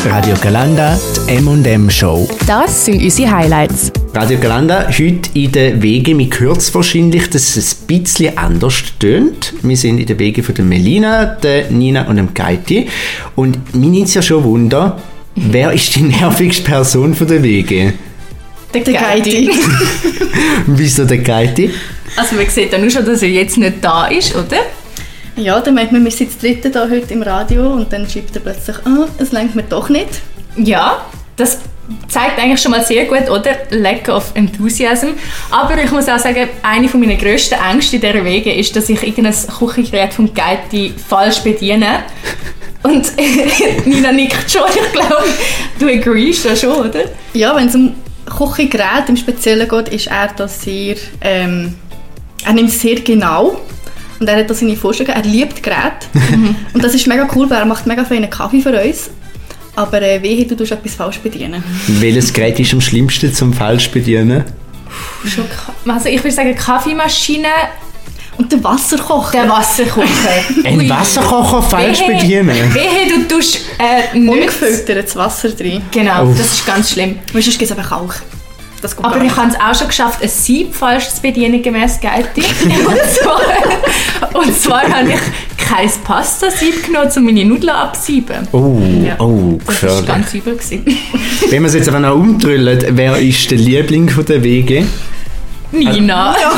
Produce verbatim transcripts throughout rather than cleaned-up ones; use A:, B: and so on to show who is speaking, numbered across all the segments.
A: Radio Galanda, die M und M Show.
B: Das sind unsere Highlights.
A: Radio Galanda, heute in den Wegen. Man hört es wahrscheinlich, dass es ein bisschen anders tönt. Wir sind in den Wegen von der Melina, der Nina und dem Kaiti. Und mich nimmt es ja schon Wunder, wer ist die nervigste Person von den Wegen?
C: Der Kaiti.
A: Wieso der Kaiti?
C: Also man sieht ja nur schon, dass er jetzt nicht da ist, oder?
D: Ja, dann meint man, wir sind das dritte da heute im Radio und dann schreibt er plötzlich, ah, es lenkt mir doch nicht.
C: Ja, das zeigt eigentlich schon mal sehr gut, oder? Lack of Enthusiasm. Aber ich muss auch sagen, eine meiner grössten Ängste in dieser Wege ist, dass ich irgendein Küchengerät vom Kaiti falsch bediene. Und Nina nickt schon, ich glaube, du agreest da schon, oder?
D: Ja, wenn es um Küchengerät im Speziellen geht, ist er da sehr, ähm, er nimmt es sehr genau. Und er hat da seine Vorstellungen, er liebt Geräte. Und das ist mega cool, weil er macht mega feinen Kaffee für uns. Aber äh, wehe, du tust etwas falsch bedienen. Welches
A: Gerät ist am schlimmsten zum falsch bedienen?
C: Schon, also ich würde sagen Kaffeemaschine
D: und der Wasserkocher.
C: Der Wasserkocher.
A: Ein Wasserkocher falsch wehe, bedienen?
C: Wehe, du tust äh,
D: ungefiltertes Wasser drin.
C: Genau, Uff. Das ist ganz schlimm.
D: Weil sonst gibt es einfach Kalk.
C: Aber ich habe es auch schon geschafft, ein Sieb falsch zu bedienen, gemäss Kaiti. und, zwar, und zwar habe ich kein Pasta-Sieb genommen, um meine Nudeln abzusieben.
A: Oh, ja. oh,
C: das
A: gefährlich.
C: war ganz übel gewesen.
A: Wenn wir es jetzt aber noch umdrüllen, wer ist der Liebling von der Wege?
C: Nina. Ja,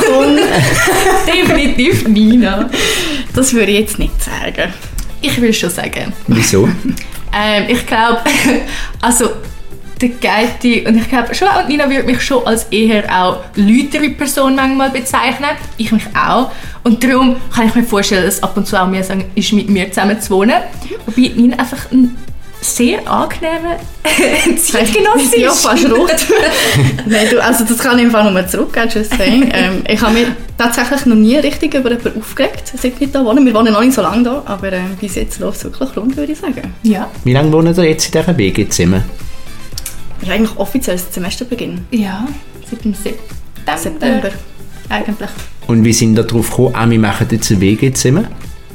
C: definitiv Nina.
D: Das würde ich jetzt nicht sagen.
C: Ich will schon sagen.
A: Wieso?
C: ähm, ich glaube, also der Kaiti und ich glaube schon, und Nina würde mich schon als eher auch lautere Person manchmal bezeichnen. Ich mich auch. Und darum kann ich mir vorstellen, dass ab und zu auch mir sagen, ist mit mir zusammen zu wohnen. Wobei Nina einfach ein sehr angenehmer Zeitgenosse ist.
D: Ja, fast rot. Nein, du, also das kann ich einfach nur zurückgeben, just saying. Ähm, ich habe mich tatsächlich noch nie richtig über jemanden aufgeregt, seit wir da wohnen. Wir wohnen noch nicht so lange da, aber ähm, bis jetzt läuft es wirklich rund, würde ich sagen.
C: Ja.
A: Wie lange wohnen ihr jetzt in dieser Wege zusammen?
D: Ja, eigentlich offiziell Semesterbeginn.
C: Ja, seit dem September.
D: September.
C: Eigentlich.
A: Und wie sind ihr darauf gekommen, ah, wir machen jetzt eine Wege zusammen?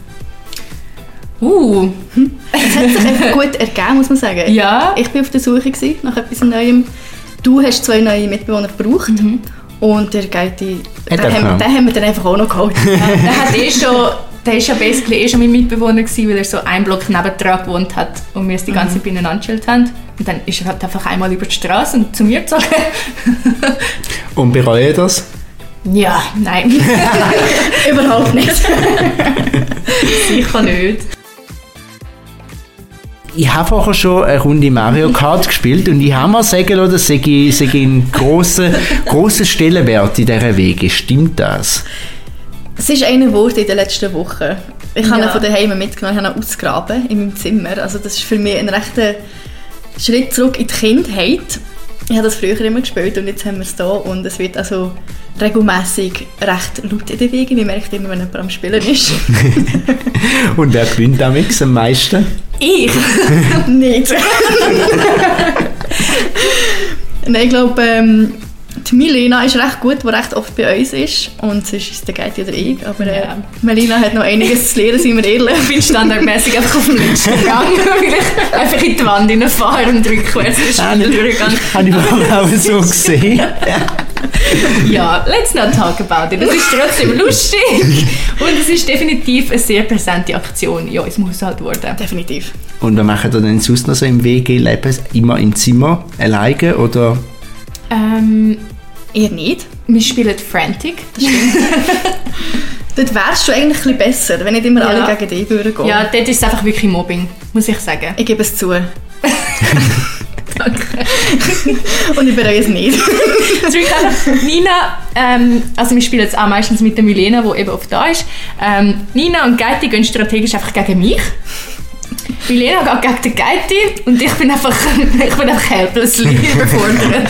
C: Uh.
D: Es hat sich einfach gut ergeben, muss man sagen.
C: Ja.
D: Ich war auf der Suche nach etwas Neuem. Du hast zwei neue Mitbewohner gebraucht. Mhm. Und der Kaiti, den, haben, den haben wir dann einfach auch noch geholt.
C: Ja, der hat eh schon... Der war ja basically eh schon mein Mitbewohner gewesen, weil er so einen Block nebendran gewohnt hat und wir es die ganze Zeit mhm. beieinander gechillt haben. Und dann ist er halt einfach einmal über die Straße und zu mir gezogen.
A: Und bereue ihr das?
C: Ja, nein.
D: Überhaupt nicht.
C: Sicher nicht.
A: Ich habe vorher schon eine Runde Mario Kart gespielt und ich habe mir sagen lassen, dass ich einen grossen, grossen Stellenwert in dieser Wege. Stimmt das?
D: Es ist eine Wort in den letzten Wochen. Ich habe
C: ja.
D: ihn von daheim mitgenommen, ich habe ihn ausgegraben in meinem Zimmer. Also das ist für mich ein rechter Schritt zurück in die Kindheit. Ich habe das früher immer gespielt und jetzt haben wir es da und es wird also regelmässig recht laut in der Wege. Man merkt immer, wenn jemand am Spielen ist.
A: Und wer gewinnt damit am meisten?
C: Ich?
D: Nicht. Nein, ich glaube, ähm, die Milena ist recht gut, die recht oft bei uns ist. Und sonst ist es der Kaiti oder ich. Aber äh,
C: ja.
D: Melina hat noch einiges zu lernen, sind wir ehrlich.
C: Ich bin standardmäßig einfach auf dem letzten Gang, weil ich einfach in die Wand hineinfahre und rückwärts das Spiel durchgehe.
A: Habe ich auch so gesehen.
C: Ja, let's not talk about it. Das ist trotzdem lustig. Und es ist definitiv eine sehr präsente Aktion. Ja, es muss halt werden.
D: Definitiv.
A: Und was machen ihr denn sonst noch so im W G-Leben? Immer im Zimmer, alleine oder?
C: Ähm,
D: eher nicht.
C: Wir spielen Frantic.
D: Das stimmt. Dort wärst du eigentlich ein bisschen besser, wenn nicht immer ja. alle gegen dich würden gehen.
C: Ja, dort ist es einfach wirklich Mobbing, muss ich sagen.
D: Ich gebe es zu.
C: Danke.
D: Und ich bereue es nicht.
C: Nina, ähm, also wir spielen jetzt auch meistens mit der Milena, die eben oft da ist. Ähm, Nina und Kaiti gehen strategisch einfach gegen mich. Milena geht gegen den Kaiti und ich bin einfach, ich bin einfach helplessly überfordert.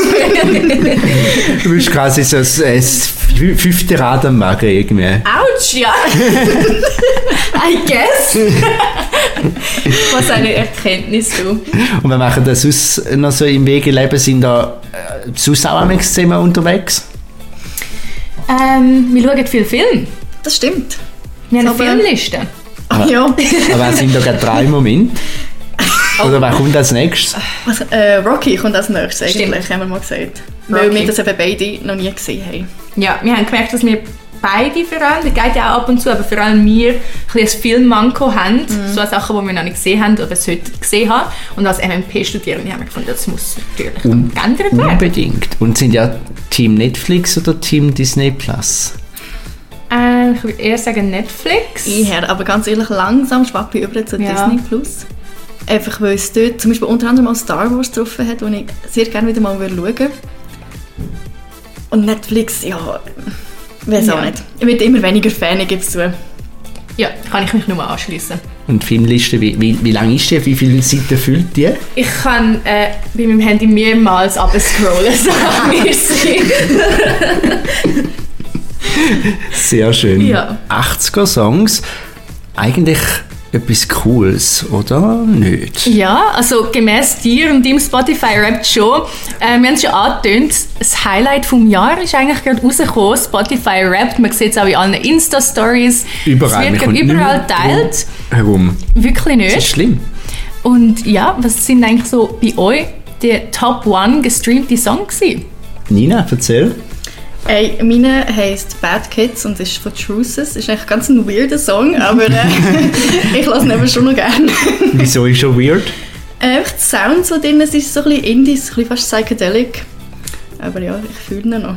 A: Du bist quasi so ein fünfte Rad am Magen irgendwie.
C: Autsch, ja. I guess. Was eine Erkenntnis, du.
A: Und wir machen das sonst noch so im Wegeleben, sind da äh, sonst auch am zusammen unterwegs?
C: Ähm, wir schauen viel Film.
D: Das stimmt.
C: Wir haben eine Filmliste.
D: Aber, ja.
A: Aber sind da gerade drei Momente? Oder wer kommt als nächstes?
D: Was, äh, Rocky kommt als nächstes eigentlich,
C: Stimmt.
D: haben wir mal gesagt. Weil
C: Rocky.
D: wir das eben beide noch nie gesehen haben.
C: Ja, wir haben gemerkt, dass wir beide vor allem, das geht ja auch ab und zu, aber vor allem wir ein bisschen ein Filmmanko haben,
D: Mhm.
C: so Sachen, die wir noch nicht gesehen haben oder sollten gesehen haben. Und als M M P-Studierende haben wir gefunden, das muss natürlich
A: Un-
C: geändert werden.
A: Unbedingt. Und sind ja Team Netflix oder Team Disney Plus?
C: Äh, ich würde eher sagen Netflix.
D: Eher, aber ganz ehrlich, langsam schwappe ich über zu
C: Ja.
D: Disney Plus. Einfach weil es dort zum Beispiel unter anderem auch Star Wars drauf hat, den ich sehr gerne wieder mal schauen würde. Und Netflix, ja, weiß
C: Ja.
D: auch nicht. Ich werde immer weniger Fan, ich gebe es zu.
C: Ja, kann ich mich nur anschließen.
A: Und die Filmliste, wie, wie, wie lang ist die? Wie viele Seiten füllt die?
C: Ich kann äh, bei meinem Handy mehrmals abscrollen, so kann wir sehen.
A: Sehr schön.
C: Ja.
A: achtziger-Songs. Eigentlich etwas Cooles, oder nicht?
C: Ja, also gemäss dir und deinem Spotify-Rap schon. Äh, wir haben es schon angetönt, das Highlight vom Jahr ist eigentlich gerade rausgekommen. Spotify rappt, man sieht es auch in allen Insta-Stories.
A: Überall.
C: Es
A: man
C: wird gerade
A: kommt
C: überall
A: nicht mehr
C: geteilt.
A: Herum.
C: Wirklich
A: Das ist
C: nicht.
A: schlimm.
C: Und ja, was sind eigentlich so bei euch die Top One gestreamte Songs gewesen?
A: Nina, erzähl.
D: Ey, meine heisst Bad Kids und ist von Truces. Ist eigentlich ganz ein weirder Song, aber äh, ich lasse ihn aber schon noch gerne.
A: Wieso ist schon weird?
D: Äh, Einfach der Sound so drin, es ist so ein bisschen Indie, so ein bisschen fast psychedelic. Aber ja, ich fühle ihn noch.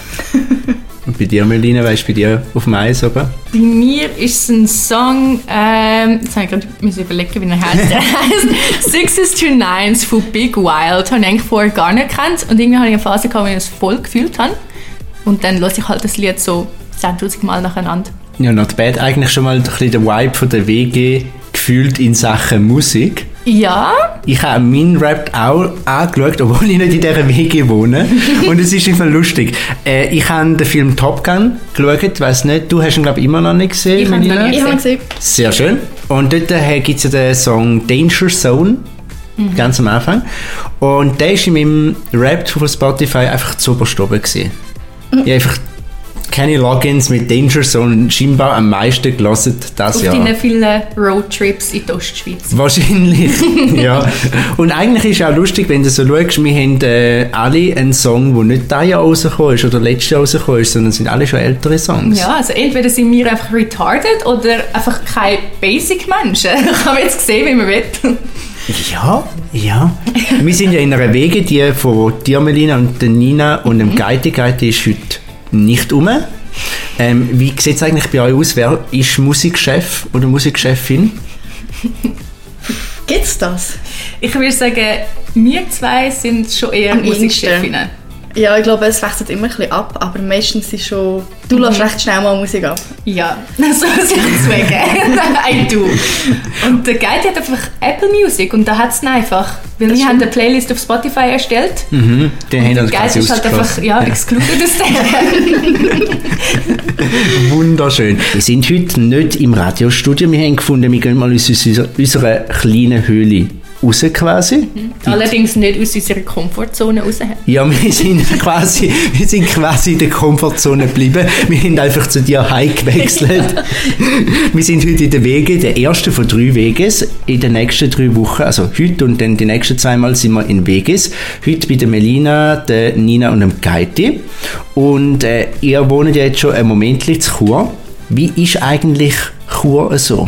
A: Und bei dir, Melina, weißt du, bei dir auf dem Eis, oder?
C: Bei mir ist es ein Song, ähm, jetzt habe ich gerade müssen überlegen, wie er heißt. Der heißt Sixes to Nines von Big Wild. Habe ich eigentlich vorher gar nicht gekannt. Und irgendwie habe ich eine Phase gehabt, wo ich es voll gefühlt habe. Und dann höre ich halt das Lied so zehntausend Mal nacheinander.
A: Ja, not bad. Eigentlich schon mal ein bisschen der Vibe von der W G gefühlt in Sachen Musik.
C: Ja,
A: Ich habe meinen Rap auch angeschaut, obwohl ich nicht in dieser W G wohne. Und es ist einfach lustig. Äh, ich habe den Film Top Gun geschaut, weiss nicht, du hast ihn, glaube ich, immer noch nicht gesehen,
C: Ich habe ihn noch
A: Melina?
C: nie
D: Ich habe ihn gesehen.
A: Sehr schön. Und dort äh, gibt es ja den Song Danger Zone, ganz am Anfang. Und der ist in meinem Rap von Spotify einfach zu oben gewesen. Ich habe einfach keine Logins mit Danger Zone scheinbar am meisten gelassen das
C: auf
A: Jahr.
C: deinen vielen Roadtrips in die Ostschweiz.
A: Wahrscheinlich, ja. Und eigentlich ist es auch lustig, wenn du so schaust, wir haben äh, alle einen Song, der nicht dieses Jahr rausgekommen ist oder letztes Jahr rausgekommen ist, sondern es sind alle schon ältere Songs.
C: Ja, also entweder sind wir einfach retarded oder einfach keine Basic-Menschen. Ich habe jetzt gesehen, wie man will.
A: Ja, ja. Wir sind ja in einer Wege, die von dir, Melina, und der Nina und dem Geiti. Geiti ist heute nicht rum. Ähm, wie sieht es eigentlich bei euch aus? Wer ist Musikchef oder Musikchefin?
D: Gibt's das?
C: Ich würde sagen, wir zwei sind schon eher
D: Am
C: Musikchefinnen.
D: Ja, ich glaube, es wechselt immer ein bisschen ab, aber meistens ist schon... Du lässt recht schnell mal Musik ab.
C: Ja, so muss ich zugeben. I do. Und der Guide hat einfach Apple Music und da hat es ihn einfach. Weil wir haben eine Playlist auf Spotify erstellt.
A: Mhm, den haben wir
C: Der
A: quasi
C: Guide ist halt einfach
A: ausgeschlossen.
C: ja, excluded aus der.
A: Wunderschön. Wir sind heute nicht im Radiostudio. Wir haben gefunden, wir gehen mal aus unserer, unserer kleinen Höhle raus quasi.
C: Allerdings nicht aus unserer Komfortzone raus.
A: Ja, wir sind quasi, wir sind quasi in der Komfortzone geblieben. Wir haben einfach zu dir heim gewechselt. Wir sind heute in der Wege, der erste von drei Weges. In den nächsten drei Wochen, also heute und dann die nächsten zweimal sind wir in Weges. Heute bei der Melina, der Nina und dem Geiti. Und äh, ihr wohnt ja jetzt schon ein Moment in Chur. Wie ist eigentlich Chur so?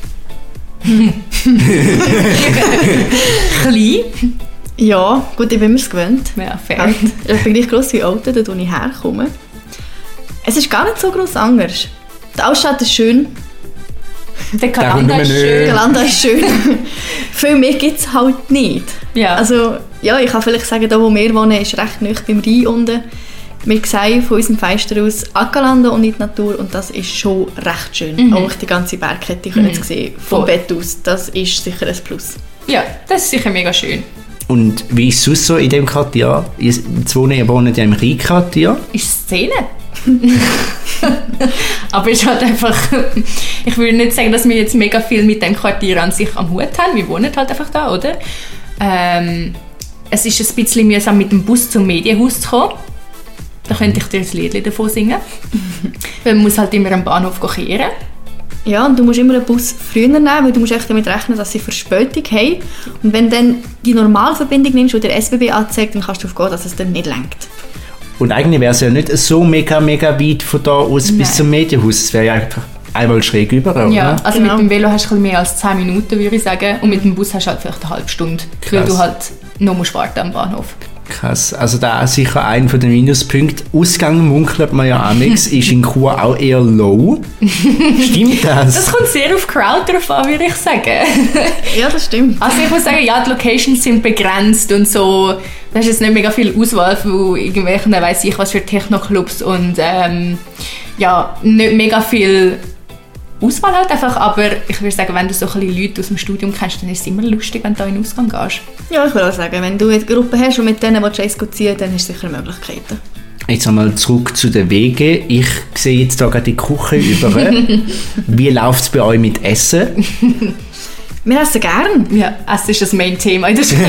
C: Klein.
D: Ja, gut, ich bin mir es gewöhnt.
C: Ja, fair.
D: Ich bin gleich gross wie Alten, dort wo ich herkomme. Es ist gar nicht so gross anders. Die Altstadt ist schön,
C: Der
A: kommt
C: Kalender
A: man
C: ist
A: nicht.
D: die
C: schön.
D: Landa ist schön. Viel mehr gibt es halt nicht.
C: Ja.
D: Also, ja, ich kann vielleicht sagen, da wo wir wohnen, ist recht nahe beim Rhein unten. Wir sehen von unserem Fenster aus Ackerlanden und in die Natur und das ist schon recht schön. Auch die ganze Bergkette können Sie sehen, vom
C: Voll.
D: Bett aus. Das ist sicher ein Plus.
C: Ja, das ist sicher mega schön.
A: Und wie ist es sonst so in dem Quartier? Ihr zwei ihr wohnt ja im Rheinquartier.
C: Ist Szene. Aber es ist halt einfach, ich würde nicht sagen, dass wir jetzt mega viel mit dem Quartier an sich am Hut haben. Wir wohnen halt einfach da, oder? Ähm, es ist ein bisschen mühsam, mit dem Bus zum Medienhaus zu kommen. Da könnte ich dir ein Lied davon singen. Weil man muss halt immer am Bahnhof kehren.
D: Ja, und du musst immer einen Bus früher nehmen, weil du musst echt damit rechnen, dass sie Verspätung haben. Und wenn du dann die Normalverbindung nimmst, die der S B B anzeigt, dann kannst du darauf gehen, dass es dann nicht lenkt.
A: Und eigentlich wäre es ja nicht so mega, mega weit von da aus Nein. bis zum Medienhaus. Es wäre ja einfach einmal schräg über, oder?
C: Ja, also genau. Mit dem Velo hast du ein bisschen mehr als zehn Minuten, würde ich sagen. Und mit dem Bus hast du halt vielleicht eine halbe Stunde, Krass. Weil du halt noch musst warten am Bahnhof.
A: Krass, also da ist sicher einer von den Minuspunkten. Ausgang munkelt man ja auch nichts, ist in Chur auch eher low. Stimmt das?
C: Das kommt sehr auf Crowd drauf an, würde ich sagen.
D: Ja, das stimmt.
C: Also ich muss sagen, ja, die Locations sind begrenzt und so. Da hast jetzt nicht mega viel Auswahl von irgendwelchen, weiss ich was für Techno-Clubs und ähm, ja, nicht mega viel Auswahl halt einfach, aber ich würde sagen, wenn du so ein bisschen Leute aus dem Studium kennst, dann ist es immer lustig, wenn du in den Ausgang gehst.
D: Ja, ich würde auch sagen, wenn du eine Gruppe hast und mit denen willst du eins ziehen, dann hast du sicher Möglichkeiten.
A: Jetzt einmal zurück zu den Wegen. Ich sehe jetzt hier gerade die Küche über. Wie läuft es bei euch mit Essen?
D: Wir essen gern.
C: Ja, Essen ist das Main-Thema in der Schule.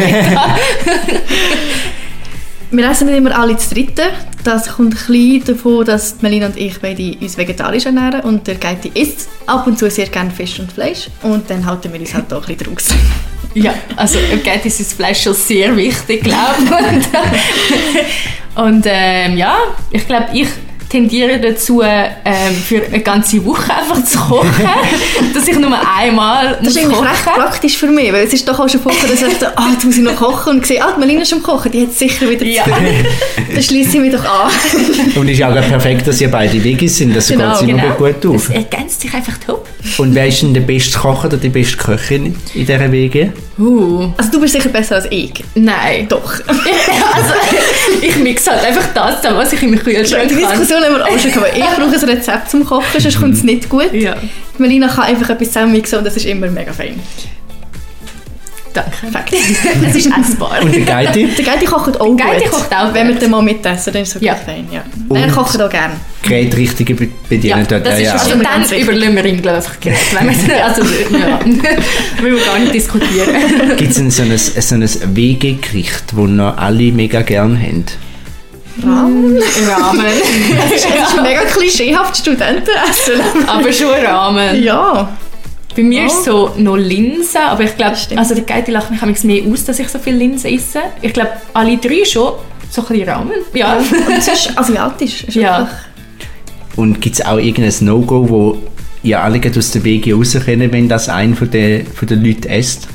D: Wir essen nicht immer alle zu dritten. Das kommt ein bisschen davon, dass Melina und ich beide uns vegetarisch ernähren und der Geiti isst ab und zu sehr gerne Fisch und Fleisch und dann halten wir uns halt auch ein bisschen draus.
C: Ja, also Geiti ist das Fleisch schon sehr wichtig, glaube ich. Und ähm, ja, ich glaube, ich tendiere dazu, ähm, für eine ganze Woche einfach zu kochen, dass ich nur einmal
D: Das ist eigentlich recht praktisch für mich, weil es ist doch auch schon vorher, dass ich dachte, ah, jetzt muss ich noch kochen und sehe, ah, die Melina ist am Kochen, die hat es sicher wieder
C: ja.
D: zu tun. Dann schliesse ich mich doch an.
A: Und es ist auch perfekt, dass ihr beide Veggies sind, das
C: genau,
A: geht immer
C: genau.
A: gut auf.
C: Das ergänzt sich einfach top.
A: Und wer ist denn der beste Koch oder die beste Köchin in dieser Wege?
D: Uh. Also du bist sicher besser als ich.
C: Nein.
D: Doch.
C: Also ich mixe halt einfach das zusammen, was ich im Kühlschrank
D: habe. Die Diskussion haben wir auch schon gehabt. Ich brauche ein Rezept zum Kochen, sonst kommt es nicht gut.
C: Ja.
D: Melina kann einfach etwas zusammenmixen und das ist immer mega fein.
C: Danke. Es ist essbar.
A: Und der Geiti?
D: Der Geiti kocht auch
C: der Geiti
D: gut.
C: kocht auch
D: Wenn wir den mal mitessen, dann ist es
C: ja.
D: fein. Ja. Er kocht auch gerne.
A: Gerät richtig bedienen
C: ja,
A: dort.
C: Das
A: ja,
C: ist
A: ja.
C: also dann überlassen wir ihm einfach Gerät. Also, ja. Wir wollen gar nicht diskutieren.
A: Gibt es so ein, so ein Wegegericht, das noch alle mega gerne haben?
D: Rahmen.
C: Rahmen.
D: Das ist, das ist mega klischeehaft Studentenessen.
C: Aber schon Ramen.
D: Ja.
C: Bei mir oh. ist so noch Linsen, aber ich glaube, also der Geiti lacht mich manchmal mehr aus, dass ich so viel Linsen esse. Ich glaube, alle drei schon so ein bisschen Ramen. Ja.
D: Und es ist asiatisch. Ist
C: ja.
D: Einfach.
A: Und gibt es auch irgendein No-Go, wo ihr alle aus der Wege rauskennen, wenn das einer von den, von den Leuten isst?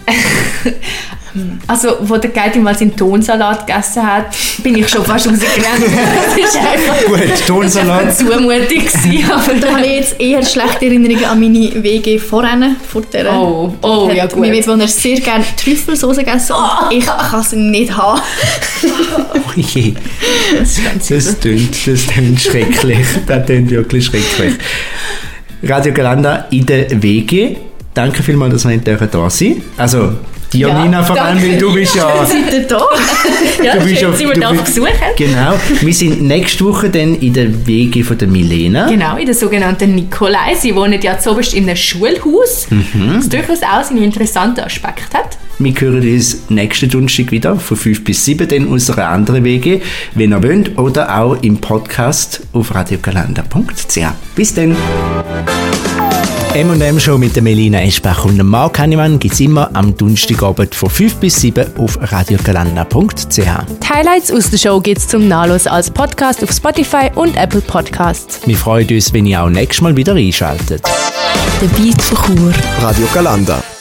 C: Also, wo der Geiti mal seinen Tonsalat gegessen hat, bin ich schon fast rausgerannt. Das ist einfach
A: Gut, Tonsalat.
C: Zumutung gewesen.
D: Aber da habe ich jetzt eher schlechte Erinnerungen an meine W G vorhin, vor der.
C: Oh, oh ja gut.
D: Mein Mitbewohner sehr gerne Trüffelsauce gegessen und ich kann es nicht haben.
A: Oh je. Das, das tönt, das tönt schrecklich. Das tönt wirklich schrecklich. Radio Galanda in der W G. Danke vielmals, dass wir da da sind. Also, dir, ja, Nina, vor allem, weil du bist ja...
D: Seid ihr da?
C: Ja,
A: du bist
C: schön, sind wir da besuchen.
A: Genau. Wir sind nächste Woche dann in der W G von der Milena.
C: Genau, in der sogenannten Nikolai. Sie wohnen ja zuoberst in einem Schulhaus, mhm. das durchaus auch seine interessanten Aspekte hat.
A: Wir hören uns nächsten Donnerstag wieder von fünf bis sieben dann aus einer anderen W G, wenn ihr wollt, oder auch im Podcast auf radiogalanda punkt c h. Bis dann! M und M Show mit der Melina Eschbach und dem Marc Hannemann gibt es immer am Donnerstagabend von fünf bis sieben auf radiogalanda punkt c h.
B: Die Highlights aus der Show gibt es zum Nachlesen als Podcast auf Spotify und Apple Podcasts.
A: Wir freuen uns, wenn ihr auch nächstes Mal wieder einschaltet.
B: Der Beat von Chur.
E: Radio Galanda.